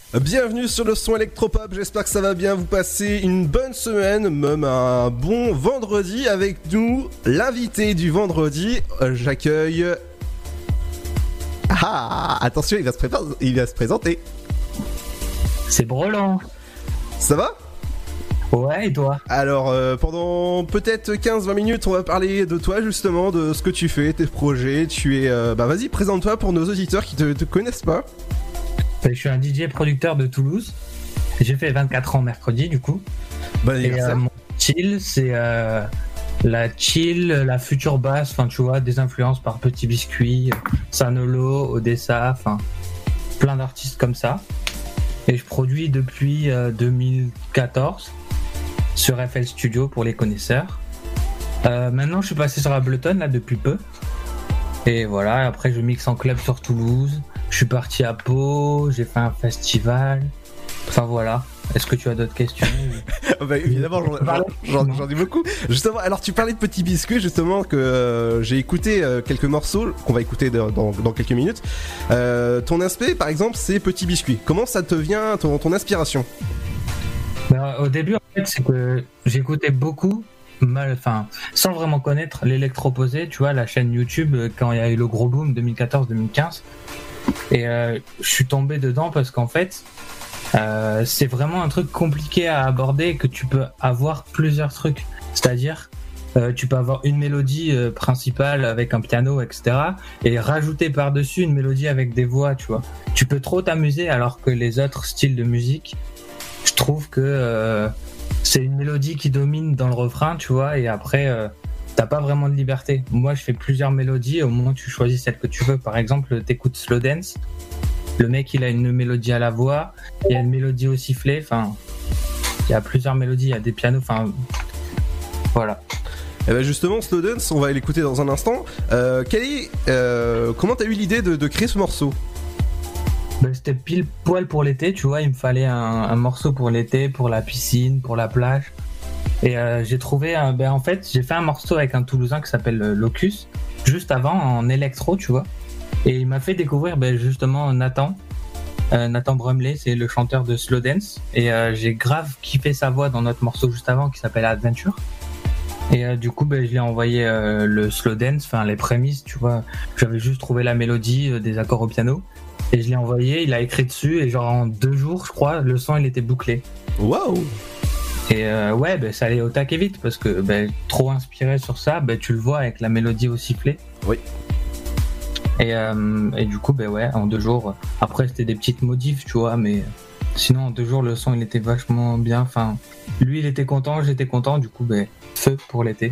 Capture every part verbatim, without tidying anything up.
Bienvenue sur le son électropop, j'espère que ça va bien, vous passez une bonne semaine, même un bon vendredi avec nous, l'invité du vendredi, euh, j'accueille... Ah, attention, il va se, prépa... il va se présenter. C'est Brolant. Ça va ? Ouais, et toi ? Alors, euh, pendant peut-être quinze vingt minutes, on va parler de toi justement, de ce que tu fais, tes projets, tu es... Euh... Bah vas-y, présente-toi pour nos auditeurs qui te, te connaissent pas. Je suis un D J producteur de Toulouse. J'ai fait vingt-quatre ans mercredi, du coup. Bon et euh, mon chill, c'est euh, la chill, la future bass, enfin tu vois, des influences par Petit Biscuit, Sanolo, Odessa, enfin plein d'artistes comme ça. Et je produis depuis euh, deux mille quatorze sur F L Studio pour les connaisseurs. Euh, maintenant, je suis passé sur Ableton là depuis peu. Et voilà, après je mixe en club sur Toulouse. Je suis parti à Pau, j'ai fait un festival. Enfin voilà. Est-ce que tu as d'autres questions ? Bah évidemment, j'en, j'en, j'en ai beaucoup. Justement, alors tu parlais de Petit Biscuit, justement, que euh, j'ai écouté euh, quelques morceaux qu'on va écouter dans, dans, dans quelques minutes. Euh, ton aspect, par exemple, c'est Petit Biscuit. Comment ça te vient, ton, ton inspiration ? Bah, au début, en fait, c'est que j'écoutais beaucoup, mal, enfin, sans vraiment connaître l'électroposé, tu vois, la chaîne YouTube, quand il y a eu le gros boom deux mille quatorze deux mille quinze. Et euh, je suis tombé dedans parce qu'en fait, euh, c'est vraiment un truc compliqué à aborder, que tu peux avoir plusieurs trucs. C'est-à-dire, euh, tu peux avoir une mélodie euh, principale avec un piano, et cetera, et rajouter par-dessus une mélodie avec des voix, tu vois. Tu peux trop t'amuser, alors que les autres styles de musique, je trouve que euh, c'est une mélodie qui domine dans le refrain, tu vois, et après... Euh, t'as pas vraiment de liberté. Moi, je fais plusieurs mélodies, au moment où tu choisis celle que tu veux. Par exemple, t'écoutes Slow Dance, le mec, il a une mélodie à la voix, il y a une mélodie au sifflet, enfin, il y a plusieurs mélodies, il y a des pianos, enfin, voilà. Et ben justement, Slow Dance, on va l'écouter dans un instant. Euh, quel est, euh, comment t'as eu l'idée de, de créer ce morceau ? Ben, c'était pile poil pour l'été, tu vois, il me fallait un, un morceau pour l'été, pour la piscine, pour la plage. Et euh, j'ai trouvé, un, ben en fait, j'ai fait un morceau avec un Toulousain qui s'appelle Locus, juste avant en électro, tu vois. Et il m'a fait découvrir ben, justement Nathan, euh, Nathan Brumley, c'est le chanteur de Slow Dance. Et euh, j'ai grave kiffé sa voix dans notre morceau juste avant qui s'appelle Adventure. Et euh, du coup, ben, je lui ai envoyé euh, le Slow Dance, enfin les prémices, tu vois. J'avais juste trouvé la mélodie, euh, des accords au piano. Et je l'ai envoyé, il a écrit dessus, et genre en deux jours, je crois, le son il était bouclé. Waouh! Et euh, ouais, bah, ça allait au taquet vite parce que bah, trop inspiré sur ça, bah, tu le vois avec la mélodie au sifflet. Oui. Et, euh, et du coup, bah, ouais, en deux jours. Après, c'était des petites modifs, tu vois, mais sinon, en deux jours, le son il était vachement bien. Enfin, lui, il était content, j'étais content, du coup, bah, feu pour l'été.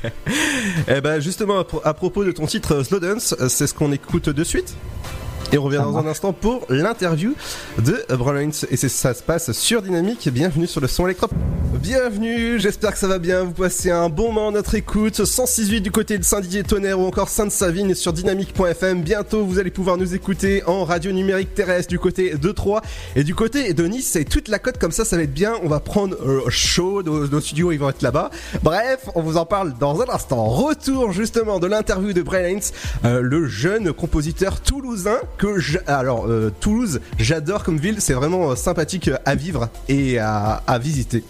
Et bah, justement, à propos de ton titre Slow Dance, c'est ce qu'on écoute de suite. Et on revient dans un instant pour l'interview de Brolant. Et c'est, ça se passe sur Dynamique. Bienvenue sur le son électro. Bienvenue, j'espère que ça va bien. Vous passez un bon moment à notre écoute. cent six virgule huit du côté de Saint-Didier-Tonnerre ou encore Sainte-Savine sur dynamique point f m. Bientôt, vous allez pouvoir nous écouter en radio numérique terrestre du côté de Troyes. Et du côté de Nice, c'est toute la côte comme ça, ça va être bien. On va prendre euh, chaud, nos, nos studios, ils vont être là-bas. Bref, on vous en parle dans un instant. Retour justement de l'interview de Brolant, euh, le jeune compositeur toulousain. Que je, alors euh, Toulouse, j'adore comme ville, c'est vraiment euh, sympathique à vivre et à, à visiter.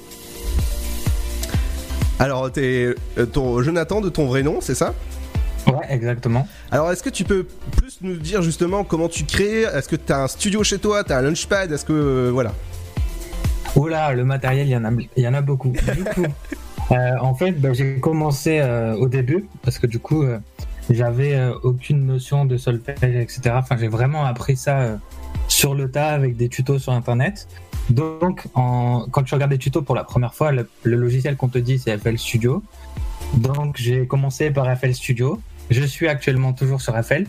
Alors t'es euh, ton Jonathan de ton vrai nom, c'est ça ? Ouais, exactement. Alors est-ce que tu peux plus nous dire justement comment tu crées ? Est-ce que t'as un studio chez toi ? T'as un launchpad ? Est-ce que euh, voilà ? Oula, le matériel, il y en a, il y en a beaucoup. Du coup, euh, en fait, bah, j'ai commencé euh, au début parce que du coup. Euh, J'avais euh, aucune notion de solfège, et cetera. Enfin, j'ai vraiment appris ça euh, sur le tas avec des tutos sur Internet. Donc, en, quand tu regardes des tutos pour la première fois, le, le logiciel qu'on te dit, c'est F L Studio. Donc, j'ai commencé par F L Studio. Je suis actuellement toujours sur F L.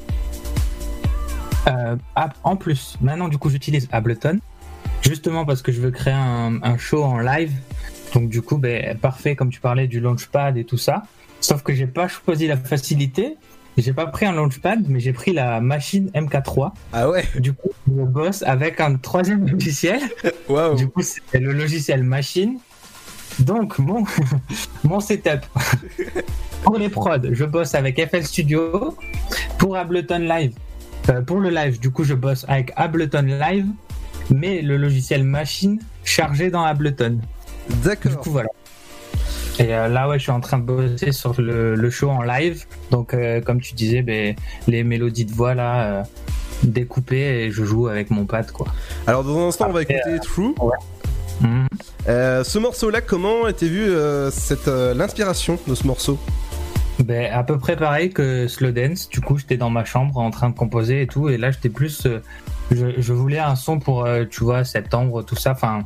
Euh, en plus, maintenant, du coup, j'utilise Ableton. Justement parce que je veux créer un, un show en live. Donc, du coup, ben, parfait, comme tu parlais du Launchpad et tout ça. Sauf que j'ai pas choisi la facilité, j'ai pas pris un launchpad, mais j'ai pris la machine M K trois. Ah ouais. Du coup, je bosse avec un troisième logiciel. Waouh. Du coup, c'est le logiciel machine. Donc, mon, mon setup pour les prods, je bosse avec F L Studio. Pour Ableton Live, euh, pour le live, du coup, je bosse avec Ableton Live. mais le logiciel machine chargé dans Ableton. D'accord. Du coup, voilà. Et euh, là, ouais, je suis en train de bosser sur le, le show en live. Donc, euh, comme tu disais, ben, les mélodies de voix là, euh, découpées, et je joue avec mon pad, quoi. Alors, dans un instant, Après, on va écouter euh, True. Ouais. Mmh. Euh, ce morceau-là, comment était vu euh, cette, euh, l'inspiration de ce morceau? Ben, à peu près pareil que Slow Dance. Du coup, j'étais dans ma chambre en train de composer et tout. Et là, j'étais plus. Euh, je, je voulais un son pour, euh, tu vois, septembre, tout ça. Enfin,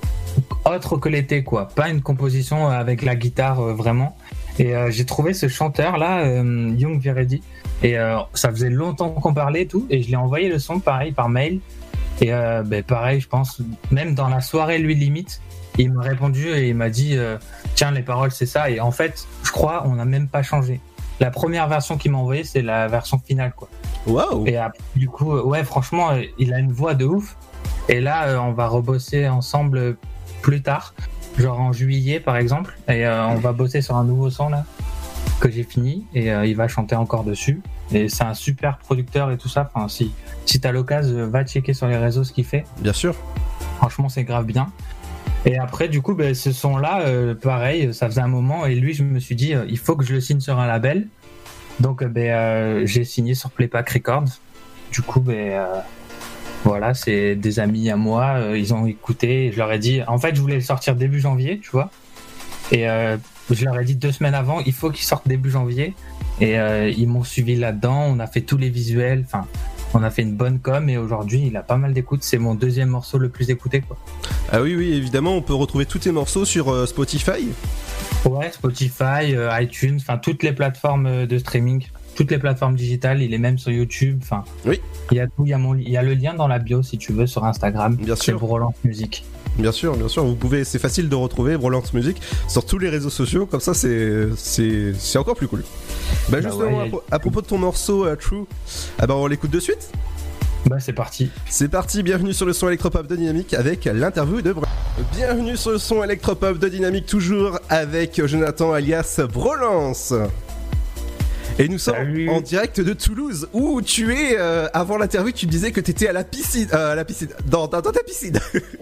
autre que l'été, quoi. Pas une composition avec la guitare, euh, vraiment. Et euh, j'ai trouvé ce chanteur-là, euh, Young Veredi. Et euh, ça faisait longtemps qu'on parlait et tout. Et je lui ai envoyé le son, pareil, par mail. Et euh, ben, pareil, je pense, même dans la soirée, lui, limite. Il m'a répondu et il m'a dit euh, tiens, les paroles c'est ça. Et en fait, je crois on n'a même pas changé. La première version qu'il m'a envoyée, c'est la version finale, quoi. Waouh. Et après, du coup, ouais, franchement, il a une voix de ouf. Et là, on va rebosser ensemble plus tard, genre en juillet par exemple. Et euh, on va bosser sur un nouveau son là que j'ai fini. Et euh, il va chanter encore dessus. Et c'est un super producteur et tout ça. Enfin, si si t'as l'occasion, va checker sur les réseaux ce qu'il fait. Bien sûr. Franchement, c'est grave bien. Et après, du coup, ben, ce son-là, euh, pareil, ça faisait un moment. Et lui, je me suis dit, euh, il faut que je le signe sur un label. Donc, ben, euh, j'ai signé sur Playback Records. Du coup, ben, euh, voilà, c'est des amis à moi. Euh, ils ont écouté. Et je leur ai dit, en fait, je voulais le sortir début janvier, tu vois. Et euh, je leur ai dit deux semaines avant, il faut qu'il sorte début janvier. Et euh, ils m'ont suivi là-dedans. On a fait tous les visuels. Enfin, on a fait une bonne com. Et aujourd'hui, il a pas mal d'écoute. C'est mon deuxième morceau le plus écouté, quoi. Ah oui, oui, évidemment, on peut retrouver tous tes morceaux sur euh, Spotify. Ouais, Spotify, euh, iTunes, enfin toutes les plateformes de streaming, toutes les plateformes digitales, il est même sur YouTube. Enfin, oui. Il y a tout, il y a mon, il y a le lien dans la bio si tu veux sur Instagram. Bien c'est sûr. Brolance Music. Bien sûr, bien sûr. Vous pouvez, c'est facile de retrouver Brolance Music sur tous les réseaux sociaux. Comme ça, c'est, c'est, c'est encore plus cool. Bah, bah justement, ouais, à, à propos de ton morceau uh, True, ah bah on l'écoute de suite. Bah c'est parti. C'est parti, bienvenue sur le son électropop de Dynamique avec l'interview de Bro... Bienvenue sur le son électropop de Dynamique, toujours avec Jonathan alias Brolance. Et nous sommes Salut. En direct de Toulouse, où tu es, euh, avant l'interview, tu me disais que tu étais à la piscine, euh, à la piscine, dans, dans, dans ta piscine.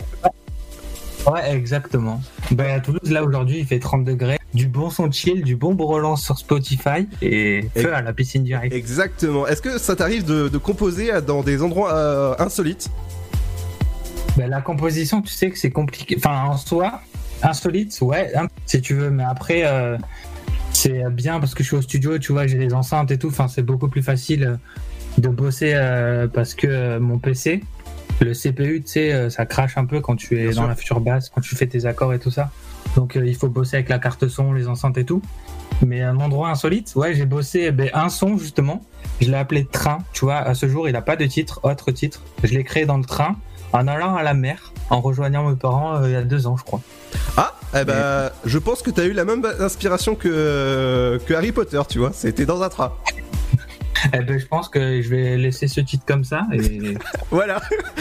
Ouais, exactement. Bah à Toulouse, là aujourd'hui, il fait trente degrés, du bon son chill, du bon Brolance sur Spotify et feu à la piscine direct. Exactement. Est-ce que ça t'arrive de, de composer dans des endroits euh, insolites? Bah la composition, tu sais que c'est compliqué. Enfin, en soi, insolite, ouais, hein, si tu veux, mais après, euh, c'est bien parce que je suis au studio, tu vois, j'ai les enceintes et tout. Enfin, c'est beaucoup plus facile de bosser euh, parce que euh, mon P C. Le C P U, tu sais, ça crache un peu quand tu es Bien dans sûr. La future basse, quand tu fais tes accords et tout ça. Donc, euh, il faut bosser avec la carte son, les enceintes et tout. Mais un endroit insolite, ouais, j'ai bossé ben, un son, justement. Je l'ai appelé Train, tu vois. À ce jour, il n'a pas de titre, autre titre. Je l'ai créé dans le train, en allant à la mer, en rejoignant mes parents euh, il y a deux ans, je crois. Ah, eh ben, Et... je pense que tu as eu la même inspiration que, que Harry Potter, tu vois. C'était dans un train. Eh ben, je pense que je vais laisser ce titre comme ça et... Voilà.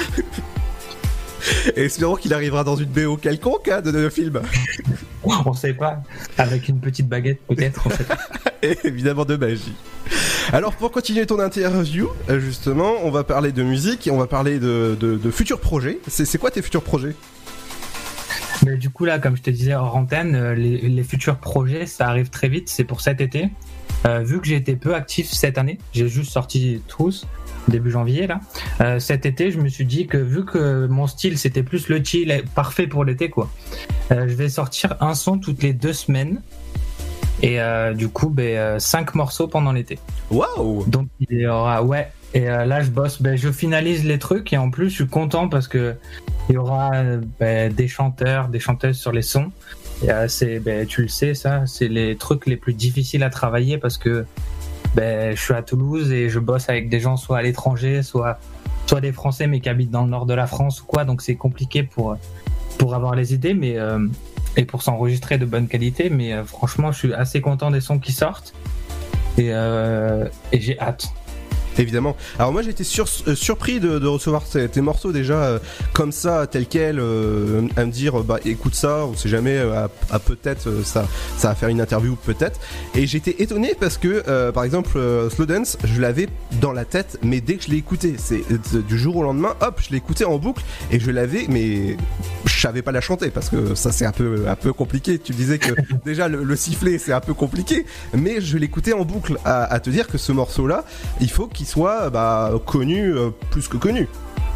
Et espérons qu'il arrivera dans une B O quelconque hein, de notre film. On sait pas. Avec une petite baguette peut-être. On sait pas. Et évidemment de magie. Alors pour continuer ton interview, justement, on va parler de musique et on va parler de, de, de futurs projets. C'est, c'est quoi tes futurs projets ? Mais du coup là, comme je te disais hors antenne, les, les futurs projets, ça arrive très vite. C'est pour cet été. Euh, vu que j'ai été peu actif cette année, j'ai juste sorti tous début janvier là. Euh, cet été, je me suis dit que vu que mon style c'était plus le chill, parfait pour l'été quoi. Euh, je vais sortir un son toutes les deux semaines et euh, du coup, ben euh, cinq morceaux pendant l'été. Waouh! Donc il y aura ouais. Et euh, là, je bosse, ben je finalise les trucs et en plus, je suis content parce que il y aura ben, des chanteurs, des chanteuses sur les sons. Et, euh, c'est, ben, tu le sais, ça, c'est les trucs les plus difficiles à travailler parce que ben, je suis à Toulouse et je bosse avec des gens soit à l'étranger, soit, soit des Français mais qui habitent dans le nord de la France ou quoi, donc c'est compliqué pour, pour avoir les idées mais, euh, et pour s'enregistrer de bonne qualité. Mais euh, franchement, je suis assez content des sons qui sortent et, euh, et j'ai hâte. Évidemment. Alors moi j'ai été sur, euh, surpris de, de recevoir tes, tes morceaux déjà euh, comme ça, tel quel, euh, à me dire bah écoute ça, on sait jamais, euh, à, à peut-être euh, ça, ça va faire une interview peut-être. Et j'étais étonné parce que euh, par exemple euh, Slow Dance, je l'avais dans la tête, mais dès que je l'ai écouté, c'est euh, du jour au lendemain, hop, je l'ai écouté en boucle et je l'avais, mais je savais pas la chanter parce que ça c'est un peu un peu compliqué. Tu disais que déjà le, le sifflet c'est un peu compliqué, mais je l'écoutais en boucle. À, à te dire que ce morceau là, il faut qu'il soit bah, connu, euh, plus que connu.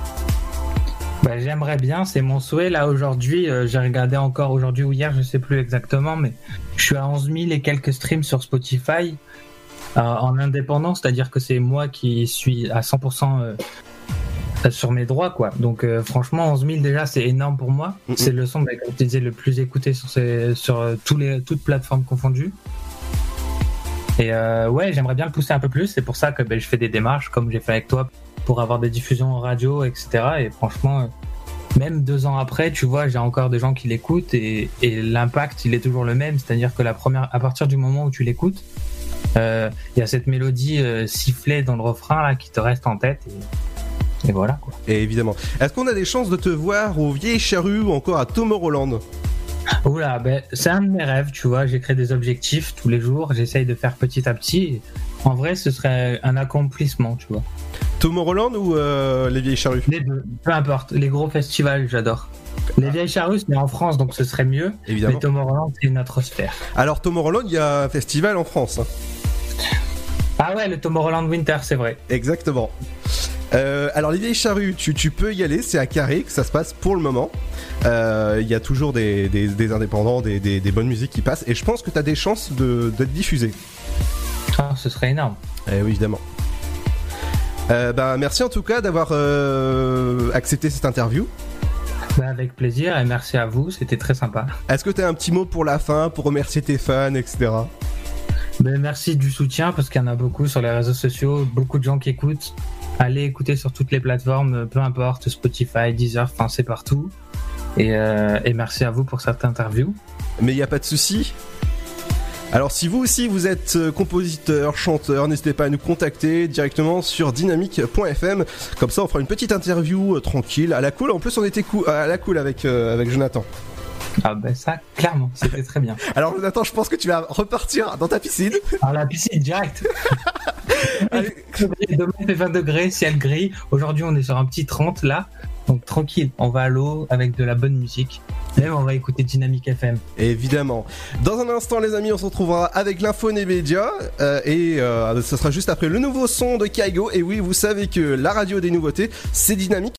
Bah, j'aimerais bien, c'est mon souhait. Là aujourd'hui, euh, j'ai regardé encore aujourd'hui ou hier, je sais plus exactement, mais je suis à onze mille et quelques streams sur Spotify euh, en indépendant, c'est-à-dire que c'est moi qui suis à cent pour cent euh, sur mes droits, quoi. Donc euh, franchement, onze mille déjà, c'est énorme pour moi. Mm-hmm. C'est le son, bah, comme tu disais, le plus écouté sur, ces, sur euh, tous les, toutes plateformes confondues. Et euh, ouais, j'aimerais bien le pousser un peu plus. C'est pour ça que ben, je fais des démarches, comme j'ai fait avec toi, pour avoir des diffusions en radio, et cetera. Et franchement, euh, même deux ans après, tu vois, j'ai encore des gens qui l'écoutent et, et l'impact, il est toujours le même. C'est-à-dire que la première, à partir du moment où tu l'écoutes, il euh, y a cette mélodie euh, sifflée dans le refrain là qui te reste en tête. Et, et voilà, quoi. Et évidemment. Est-ce qu'on a des chances de te voir au Vieilles Charrues ou encore à Tomorrowland ? Oula, ben, c'est un de mes rêves, tu vois, j'écris des objectifs tous les jours, j'essaye de faire petit à petit. En vrai, ce serait un accomplissement, tu vois. Tomorrowland ou euh, les Vieilles Charrues ? Les deux, peu importe, les gros festivals, j'adore. Les ah. Vieilles Charrues, c'est en France, donc ce serait mieux. Évidemment. Mais Tomorrowland, c'est une autre sphère. Alors Tomorrowland, il y a un festival en France. Hein. Ah ouais, le Tomorrowland Winter, c'est vrai. Exactement. Euh, alors les Vieilles Charrues, tu, tu peux y aller, c'est à Carré que ça se passe pour le moment. Il euh, y a toujours des, des, des indépendants, des, des, des bonnes musiques qui passent, et je pense que tu as des chances de, d'être diffusé. Ah, ce serait énorme. Eh oui, évidemment. Euh, bah, merci en tout cas d'avoir euh, accepté cette interview. Bah, avec plaisir, et merci à vous, c'était très sympa. Est-ce que tu as un petit mot pour la fin, pour remercier tes fans, et cetera. Ben, merci du soutien, parce qu'il y en a beaucoup sur les réseaux sociaux, beaucoup de gens qui écoutent. Allez écouter sur toutes les plateformes, peu importe, Spotify, Deezer, enfin c'est partout. Et, euh, et merci à vous pour cette interview. Mais il n'y a pas de souci. Alors si vous aussi vous êtes compositeur, chanteur, n'hésitez pas à nous contacter directement sur dynamique point f m. Comme ça on fera une petite interview euh, tranquille, à la cool. En plus on était cool, à la cool avec, euh, avec Jonathan. Ah ben ça, clairement, c'était très bien. Alors Jonathan, je pense que tu vas repartir dans ta piscine. Ah la piscine, direct. Allez. Demain il fait vingt degrés, ciel gris. Aujourd'hui on est sur un petit trente là. Donc tranquille, on va à l'eau avec de la bonne musique. Même on va écouter Dynamique F M. Évidemment. Dans un instant les amis, on se retrouvera avec l'info Nevedia euh, et euh, ça sera juste après le nouveau son de Kaigo. Et oui, vous savez que la radio des nouveautés, c'est Dynamique.